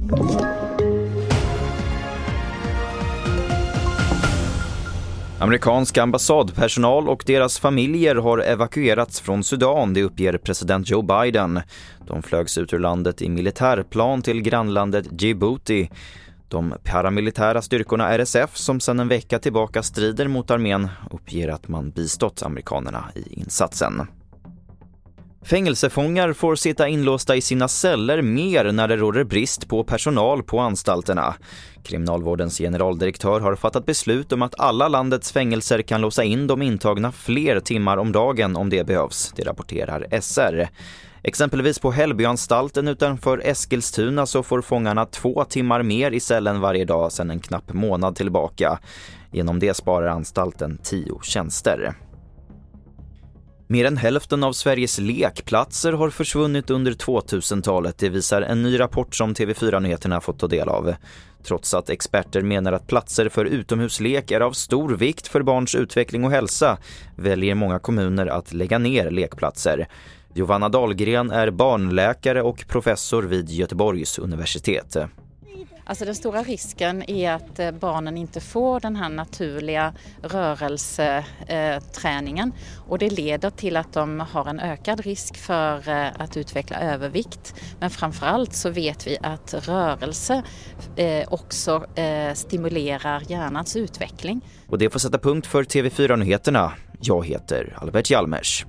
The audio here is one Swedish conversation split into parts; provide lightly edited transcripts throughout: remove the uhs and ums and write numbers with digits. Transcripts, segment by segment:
Amerikansk ambassadpersonal och deras familjer har evakuerats från Sudan, det uppger president Joe Biden. De flögs ut ur landet i militärplan till grannlandet Djibouti. De paramilitära styrkorna RSF, som sedan en vecka tillbaka strider mot armén, uppger att man bistått amerikanerna i insatsen. Fängelsefångar får sitta inlåsta i sina celler mer när det råder brist på personal på anstalterna. Kriminalvårdens generaldirektör har fattat beslut om att alla landets fängelser kan låsa in de intagna fler timmar om dagen om det behövs, det rapporterar SR. Exempelvis på Hällbyanstalten utanför Eskilstuna så får fångarna 2 timmar mer i cellen varje dag sedan en knapp månad tillbaka. Genom det sparar anstalten 10 tjänster. Mer än hälften av Sveriges lekplatser har försvunnit under 2000-talet, det visar en ny rapport som TV4-nyheterna fått ta del av. Trots att experter menar att platser för utomhuslek är av stor vikt för barns utveckling och hälsa, väljer många kommuner att lägga ner lekplatser. Johanna Dahlgren är barnläkare och professor vid Göteborgs universitet. Alltså den stora risken är att barnen inte får den här naturliga rörelseträningen och det leder till att de har en ökad risk för att utveckla övervikt. Men framförallt så vet vi att rörelse också stimulerar hjärnans utveckling. Och det får sätta punkt för TV4-nyheterna. Jag heter Albert Hjalmers.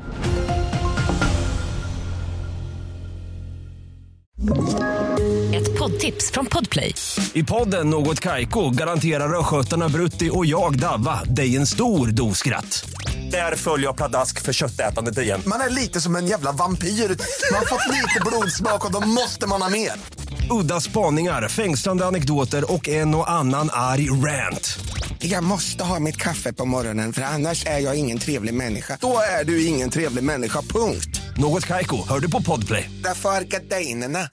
Ett poddtips från Podplay. I podden Något Kaiko garanterar röskötarna Brutti och jag Davva dig en stor doskratt. Där följer jag pladask för köttätandet igen. Man är lite som en jävla vampyr. Man har fått lite blodsmak och då måste man ha mer. Udda spaningar, fängslande anekdoter och en och annan arg rant. Jag måste ha mitt kaffe på morgonen för annars är jag ingen trevlig människa. Då är du ingen trevlig människa, punkt. Något Kaiko, hör du på Podplay. Därför är gardinerna.